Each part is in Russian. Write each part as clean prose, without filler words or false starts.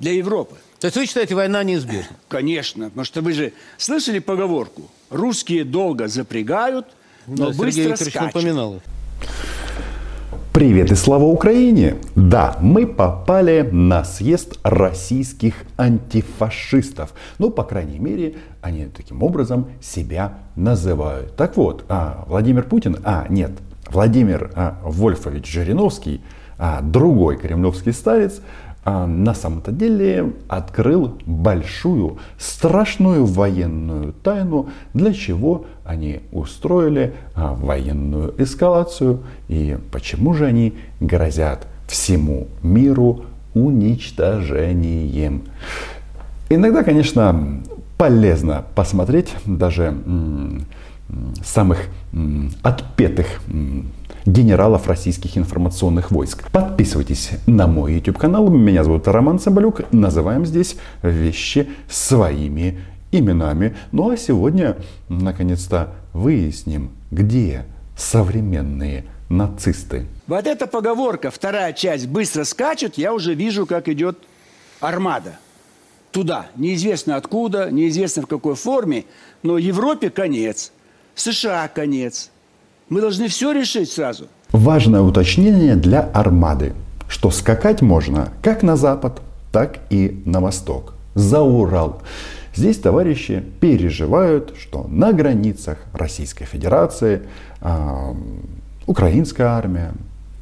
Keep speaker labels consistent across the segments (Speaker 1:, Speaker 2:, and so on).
Speaker 1: для Европы.
Speaker 2: То есть вы считаете, война неизбежна?
Speaker 1: Конечно, потому что вы же слышали поговорку: русские долго запрягают, но
Speaker 2: Да, Сергей
Speaker 1: быстро
Speaker 2: Викторович
Speaker 1: скачут.
Speaker 2: напоминал.
Speaker 3: Привет и слава Украине! Да, мы попали на съезд российских антифашистов. Ну, по крайней мере, они таким образом себя называют. Так вот, Владимир Путин, Владимир Вольфович Жириновский, другой кремлевский старец, на самом-то деле открыл большую, страшную военную тайну, для чего они устроили военную эскалацию и почему же они грозят всему миру уничтожением. Иногда, конечно, полезно посмотреть даже самых отпетых генералов российских информационных войск. Подписывайтесь на мой YouTube канал. Меня зовут Роман Цымбалюк. Называем здесь вещи своими именами. Ну а сегодня, наконец-то, выясним, где современные нацисты.
Speaker 1: Вот эта поговорка, вторая часть, быстро скачет, я уже вижу, как идет армада. Туда. Неизвестно откуда, неизвестно в какой форме, но Европе конец, США конец. Мы должны все решить сразу.
Speaker 3: Важное уточнение для армады, что скакать можно как на запад, так и на восток, за Урал. Здесь товарищи переживают, что на границах Российской Федерации украинская армия,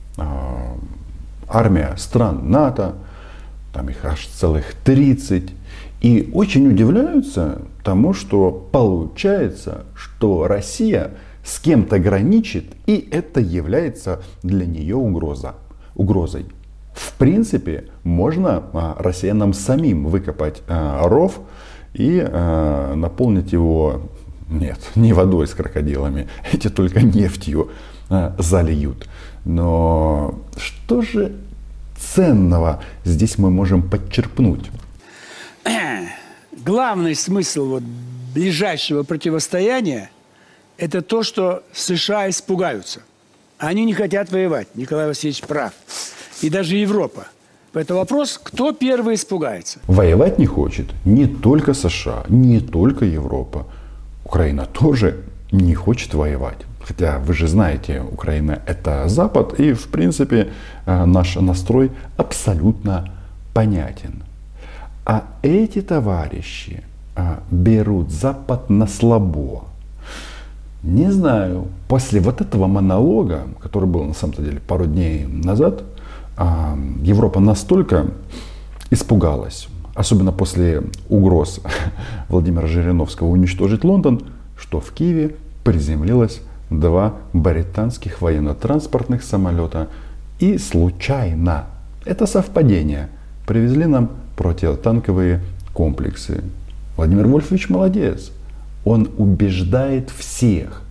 Speaker 3: армия стран НАТО, там их аж целых 30, и очень удивляются тому, что получается, что Россия с кем-то граничит, и это является для нее угрозой. В принципе, можно россиянам самим выкопать ров и наполнить его, нет, не водой с крокодилами, эти только нефтью зальют. Но что же ценного здесь мы можем подчерпнуть?
Speaker 1: Главный смысл ближайшего противостояния – это то, что США испугаются. Они не хотят воевать. Николай Васильевич прав. И даже Европа. Поэтому вопрос, кто первый испугается.
Speaker 3: Воевать не хочет не только США, не только Европа. Украина тоже не хочет воевать. Хотя вы же знаете, Украина это Запад. И в принципе наш настрой абсолютно понятен. А эти товарищи берут Запад на слабо. Не знаю, после вот этого монолога, который был на самом деле пару дней назад, Европа настолько испугалась, особенно после угроз Владимира Жириновского уничтожить Лондон, что в Киеве приземлилось 2 британских военно-транспортных самолета и случайно, это совпадение, привезли нам противотанковые комплексы. Владимир Вольфович молодец. Он убеждает всех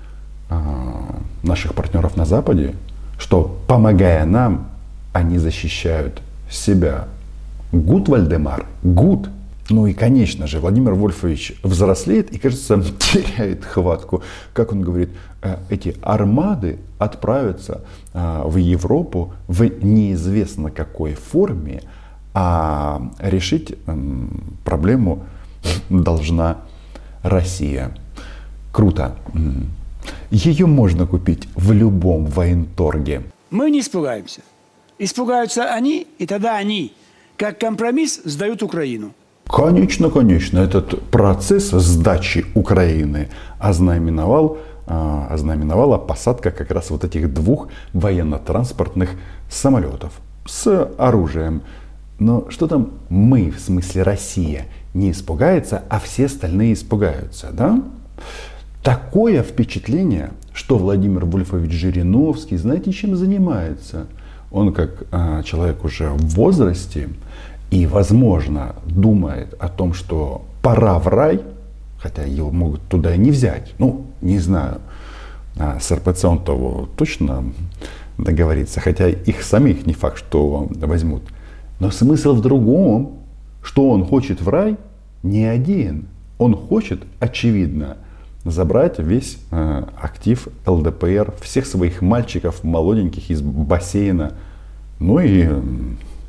Speaker 3: наших партнеров на Западе, что, помогая нам, они защищают себя. Гуд, Вальдемар, гуд. Ну и, конечно же, Владимир Вольфович взрослеет и, кажется, теряет хватку. Как он говорит, эти армады отправятся в Европу в неизвестно какой форме, а решить проблему должна Россия. Круто. Ее можно купить в любом военторге.
Speaker 1: Мы не испугаемся. Испугаются они, и тогда они, как компромисс, сдают Украину.
Speaker 3: Конечно, конечно. Этот процесс сдачи Украины ознаменовала посадка как раз вот этих 2 военно-транспортных самолетов с оружием. Но что там мы, в смысле Россия, не испугается, а все остальные испугаются, да? Такое впечатление, что Владимир Вольфович Жириновский, знаете, чем занимается? Он как человек уже в возрасте и, возможно, думает о том, что пора в рай, хотя его могут туда и не взять. Ну, не знаю, с РПЦ он того точно договорится, хотя их самих не факт, что возьмут. Но смысл в другом, что он хочет в рай не один. Он хочет, очевидно, забрать весь актив ЛДПР, всех своих мальчиков молоденьких из бассейна, ну и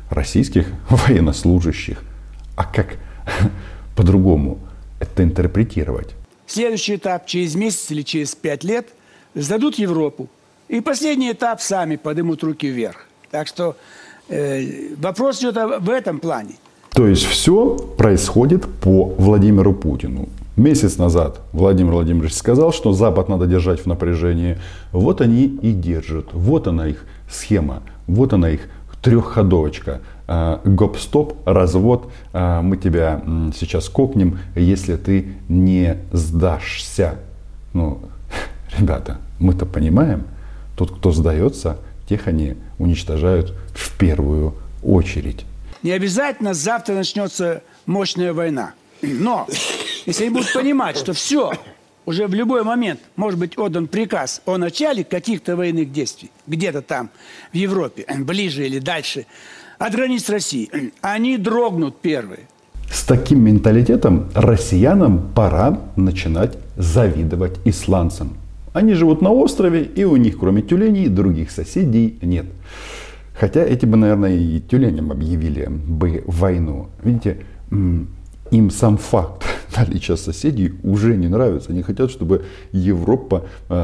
Speaker 3: российских военнослужащих. А как по-другому это интерпретировать?
Speaker 1: Следующий этап через месяц или через 5 лет сдадут Европу. И последний этап сами поднимут руки вверх. Так что вопрос идет в этом плане.
Speaker 3: То есть все происходит по Владимиру Путину. Месяц назад Владимир Владимирович сказал, что Запад надо держать в напряжении. Вот они и держат. Вот она их схема. Вот она их трехходовочка. Гоп-стоп, развод. Мы тебя сейчас кокнем, если ты не сдашься. Ну, ребята, мы-то понимаем, тот, кто сдается, тех они уничтожают в первую очередь.
Speaker 1: Не обязательно завтра начнется мощная война. Но если они будут понимать, что все, уже в любой момент может быть отдан приказ о начале каких-то военных действий, где-то там, в Европе, ближе или дальше, от границ России, они дрогнут первые.
Speaker 3: С таким менталитетом россиянам пора начинать завидовать исландцам. Они живут на острове, и у них, кроме тюленей, других соседей нет. Хотя эти бы, наверное, и тюленям объявили бы войну. Видите, им сам факт наличия соседей уже не нравится. Они хотят, чтобы Европа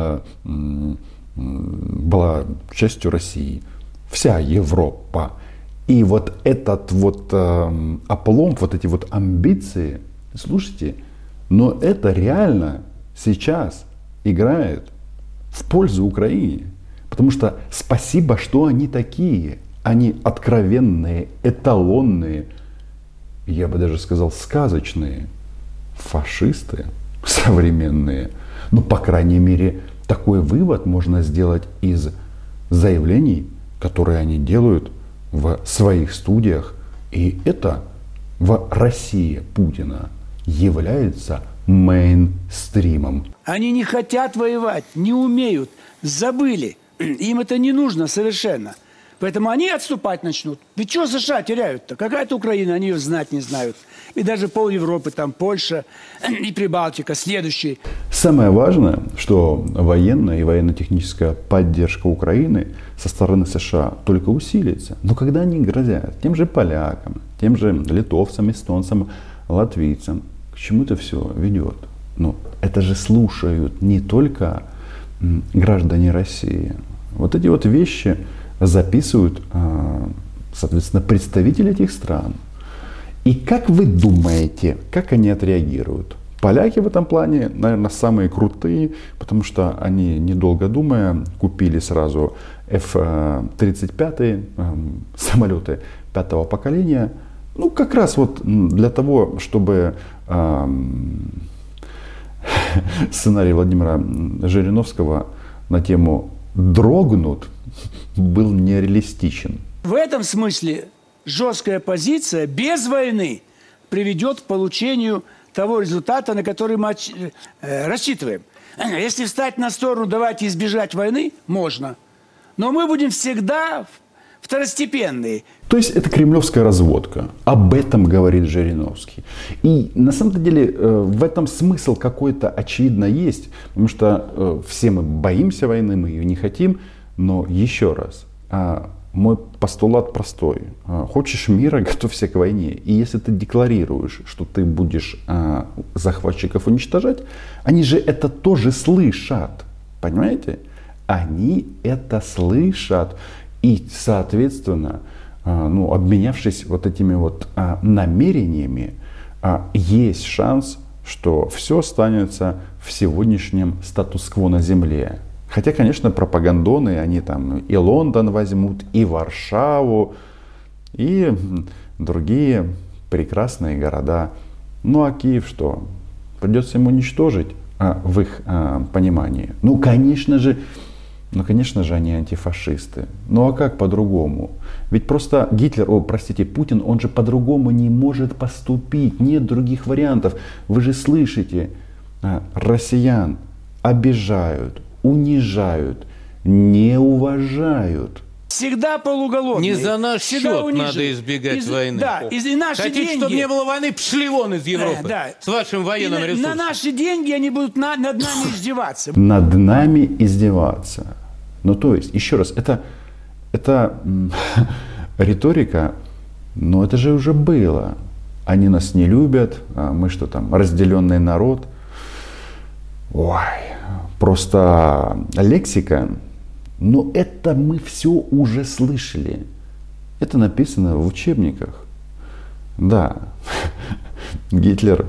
Speaker 3: была частью России. Вся Европа. И вот этот вот опломб, вот эти вот амбиции, слушайте, но это реально сейчас играет в пользу Украине. Потому что спасибо, что они такие. Они откровенные, эталонные, я бы даже сказал, сказочные фашисты современные. Ну, по крайней мере, такой вывод можно сделать из заявлений, которые они делают в своих студиях. И это в России Путина является мейнстримом.
Speaker 1: Они не хотят воевать, не умеют, забыли. Им это не нужно совершенно. Поэтому они отступать начнут. Ведь что США теряют-то? Какая-то Украина, они ее знать не знают. И даже пол Европы, там Польша и Прибалтика, следующие.
Speaker 3: Самое важное, что военная и военно-техническая поддержка Украины со стороны США только усилится. Но когда они грозят тем же полякам, тем же литовцам, эстонцам, латвийцам, к чему это все ведет? Ну, это же слушают не только граждане России. Вот эти вот вещи записывают, соответственно, представители этих стран. И как вы думаете, как они отреагируют? Поляки в этом плане, наверное, самые крутые, потому что они, недолго думая, купили сразу F-35 самолеты 5-го поколения. Ну, как раз вот для того, чтобы сценарий Владимира Жириновского на тему «дрогнут» был нереалистичен.
Speaker 1: В этом смысле жесткая позиция без войны приведет к получению того результата, на который мы рассчитываем. Если встать на сторону «давайте избежать войны» – можно. Но мы будем всегда второстепенные.
Speaker 3: То есть это кремлевская разводка. Об этом говорит Жириновский. И на самом деле в этом смысл какой-то очевидно есть. Потому что все мы боимся войны, мы ее не хотим. Но еще раз, мой постулат простой. Хочешь мира, готовься к войне. И если ты декларируешь, что ты будешь захватчиков уничтожать, они же это тоже слышат. Понимаете? Они это слышат. И, соответственно, обменявшись вот этими вот намерениями, есть шанс, что все останется в сегодняшнем статус-кво на земле. Хотя, конечно, пропагандоны, они там и Лондон возьмут, и Варшаву, и другие прекрасные города. Ну а Киев что? Придется ему уничтожить в их понимании. Ну, конечно же, они антифашисты. Ну а как по-другому? Ведь просто Путин, он же по-другому не может поступить. Нет других вариантов. Вы же слышите, россиян обижают, унижают, не уважают.
Speaker 1: Всегда полуголодные.
Speaker 2: Не за наш счет надо избегать войны.
Speaker 1: Да, и наши
Speaker 2: Хотите,
Speaker 1: деньги...
Speaker 2: чтобы не было войны, пошли вон из Европы.
Speaker 1: Да.
Speaker 2: С вашим военным ресурсом.
Speaker 1: На наши деньги они будут над нами издеваться.
Speaker 3: Над нами издеваться. Ну, то есть, еще раз, это риторика Но это же уже было. Они нас не любят, а мы что там, разделенный народ. Ой, просто лексика, но это мы все уже слышали. Это написано в учебниках. Да, Гитлер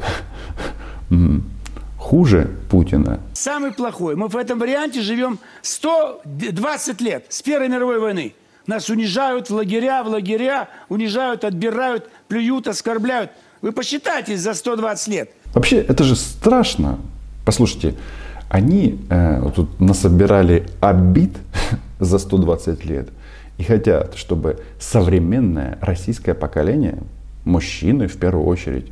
Speaker 3: хуже Путина.
Speaker 1: Самый плохой. Мы в этом варианте живем 120 лет с Первой мировой войны. Нас унижают в лагеря, унижают, отбирают, плюют, оскорбляют. Вы посчитайте за 120 лет.
Speaker 3: Вообще, это же страшно. Послушайте, они тут насобирали обид за 120 лет и хотят, чтобы современное российское поколение, мужчины в первую очередь,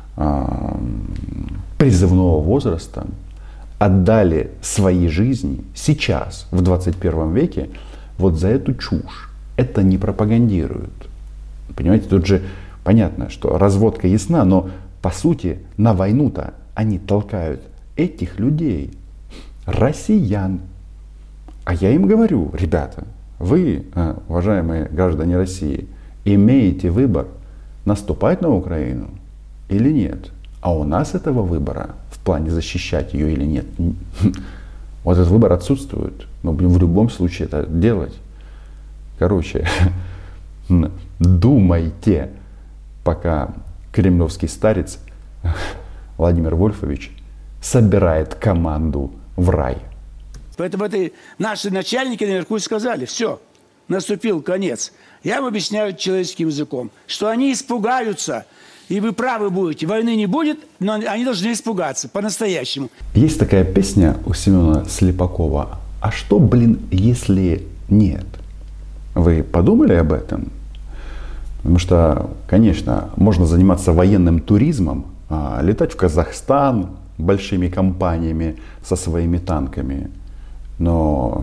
Speaker 3: призывного возраста, отдали свои жизни сейчас, в 21 веке, вот за эту чушь. Это не пропагандируют. Понимаете, тут же понятно, что разводка ясна, но по сути на войну-то они толкают этих людей, россиян. А я им говорю, ребята, вы, уважаемые граждане России, имеете выбор, наступать на Украину или нет. А у нас этого выбора в плане защищать ее или нет, вот этот выбор отсутствует. Мы будем в любом случае это делать. Короче, думайте, пока кремлевский старец Владимир Вольфович собирает команду в рай.
Speaker 1: Поэтому наши начальники наверху сказали, все, наступил конец. Я им объясняю человеческим языком, что они испугаются, и вы правы будете, войны не будет, но они должны испугаться по-настоящему.
Speaker 3: Есть такая песня у Семена Слепакова «А что, блин, если нет?» Вы подумали об этом? Потому что, конечно, можно заниматься военным туризмом, летать в Казахстан большими компаниями со своими танками. Но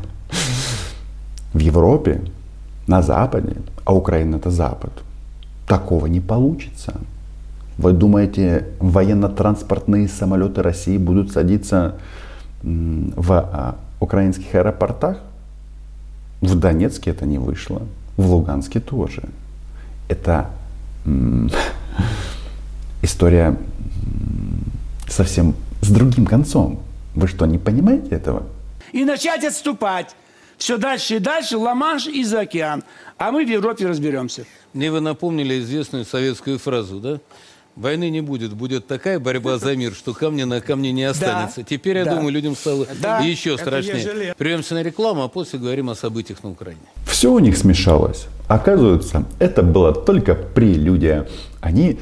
Speaker 3: в Европе, на Западе, а Украина это Запад, такого не получится. Вы думаете, военно-транспортные самолеты России будут садиться в украинских аэропортах? В Донецке это не вышло, в Луганске тоже. Это история совсем с другим концом. Вы что, не понимаете этого?
Speaker 1: И начать отступать. Все дальше и дальше, Ла-Манш и за океан. А мы в Европе разберемся.
Speaker 2: Мне вы напомнили известную советскую фразу, да? Войны не будет, будет такая борьба за мир, что камня на камне не останется.
Speaker 1: Да,
Speaker 2: теперь, я думаю, людям стало еще
Speaker 1: это
Speaker 2: страшнее. Прервемся на рекламу, а после говорим о событиях на Украине.
Speaker 3: Все у них смешалось. Оказывается, это была только прелюдия. Они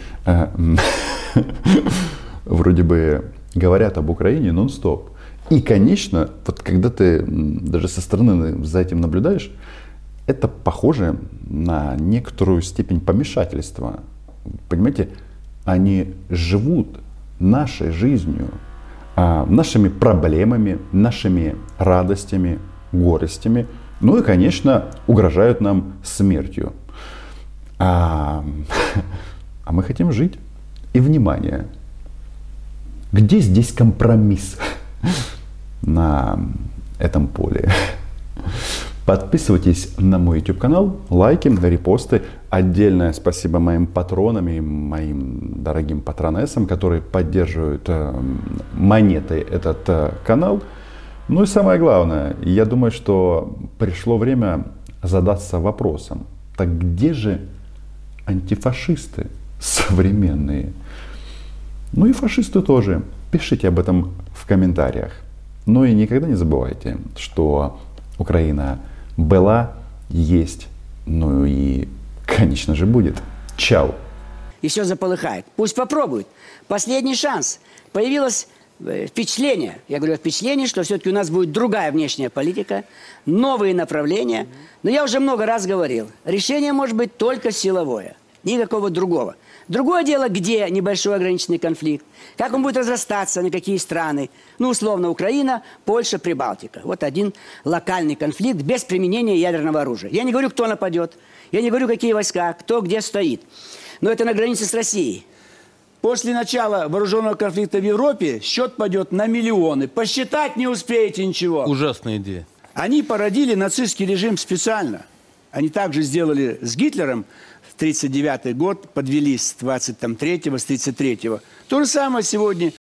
Speaker 3: вроде бы говорят об Украине нон-стоп. И, конечно, вот когда ты даже со стороны за этим наблюдаешь, это похоже на некоторую степень помешательства. Понимаете, они живут нашей жизнью, нашими проблемами, нашими радостями, горестями. Ну и, конечно, угрожают нам смертью. А мы хотим жить. И, внимание, где здесь компромисс на этом поле? Подписывайтесь на мой YouTube канал, лайки, репосты. Отдельное спасибо моим патронам и моим дорогим патронессам, которые поддерживают монетой этот канал. Ну и самое главное, я думаю, что пришло время задаться вопросом. Так где же антифашисты современные? Ну и фашисты тоже. Пишите об этом в комментариях. Ну и никогда не забывайте, что Украина была, есть, ну и, конечно же, будет. Чао.
Speaker 4: И все заполыхает. Пусть попробуют. Последний шанс. Появилось впечатление, я говорю впечатление, что все-таки у нас будет другая внешняя политика, новые направления. Но я уже много раз говорил, решение может быть только силовое, никакого другого. Другое дело, где небольшой ограниченный конфликт, как он будет разрастаться, на какие страны. Ну, условно, Украина, Польша, Прибалтика. Вот один локальный конфликт без применения ядерного оружия. Я не говорю, кто нападет, я не говорю, какие войска, кто где стоит. Но это на границе с Россией.
Speaker 1: После начала вооруженного конфликта в Европе счет пойдет на миллионы. Посчитать не успеете ничего.
Speaker 2: Ужасная идея.
Speaker 1: Они породили нацистский режим специально. Они также сделали с Гитлером 39-й год подвели с 23-го, с 33-го. То же самое сегодня